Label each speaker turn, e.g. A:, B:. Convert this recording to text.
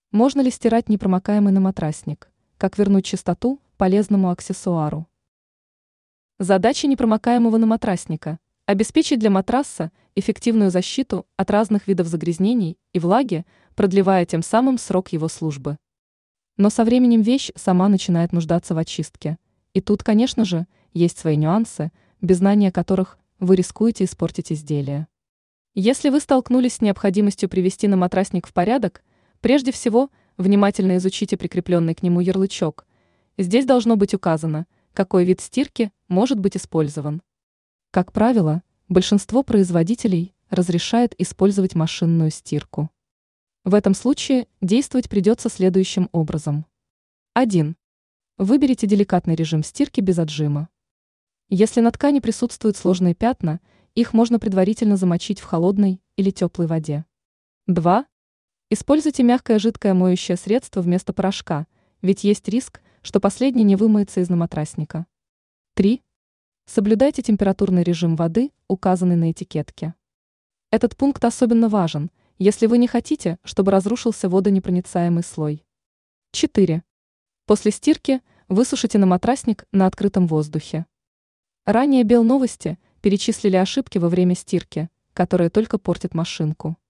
A: Можно ли стирать непромокаемый наматрасник? Как вернуть чистоту полезному аксессуару? Задача непромокаемого наматрасника – обеспечить для матраса эффективную защиту от разных видов загрязнений и влаги, продлевая тем самым срок его службы. Но со временем вещь сама начинает нуждаться в очистке. И тут, конечно же, есть свои нюансы, без знания которых вы рискуете испортить изделие. Если вы столкнулись с необходимостью привести наматрасник в порядок, прежде всего, внимательно изучите прикрепленный к нему ярлычок. Здесь должно быть указано, какой вид стирки может быть использован. Как правило, большинство производителей разрешает использовать машинную стирку. В этом случае действовать придется следующим образом. 1. Выберите деликатный режим стирки без отжима. Если на ткани присутствуют сложные пятна, их можно предварительно замочить в холодной или теплой воде. 2. Используйте мягкое жидкое моющее средство вместо порошка, ведь есть риск, что последний не вымоется из наматрасника. 3. Соблюдайте температурный режим воды, указанный на этикетке. Этот пункт особенно важен, если вы не хотите, чтобы разрушился водонепроницаемый слой. 4. После стирки высушите наматрасник на открытом воздухе. Ранее Белновости перечислили ошибки во время стирки, которые только портят машинку.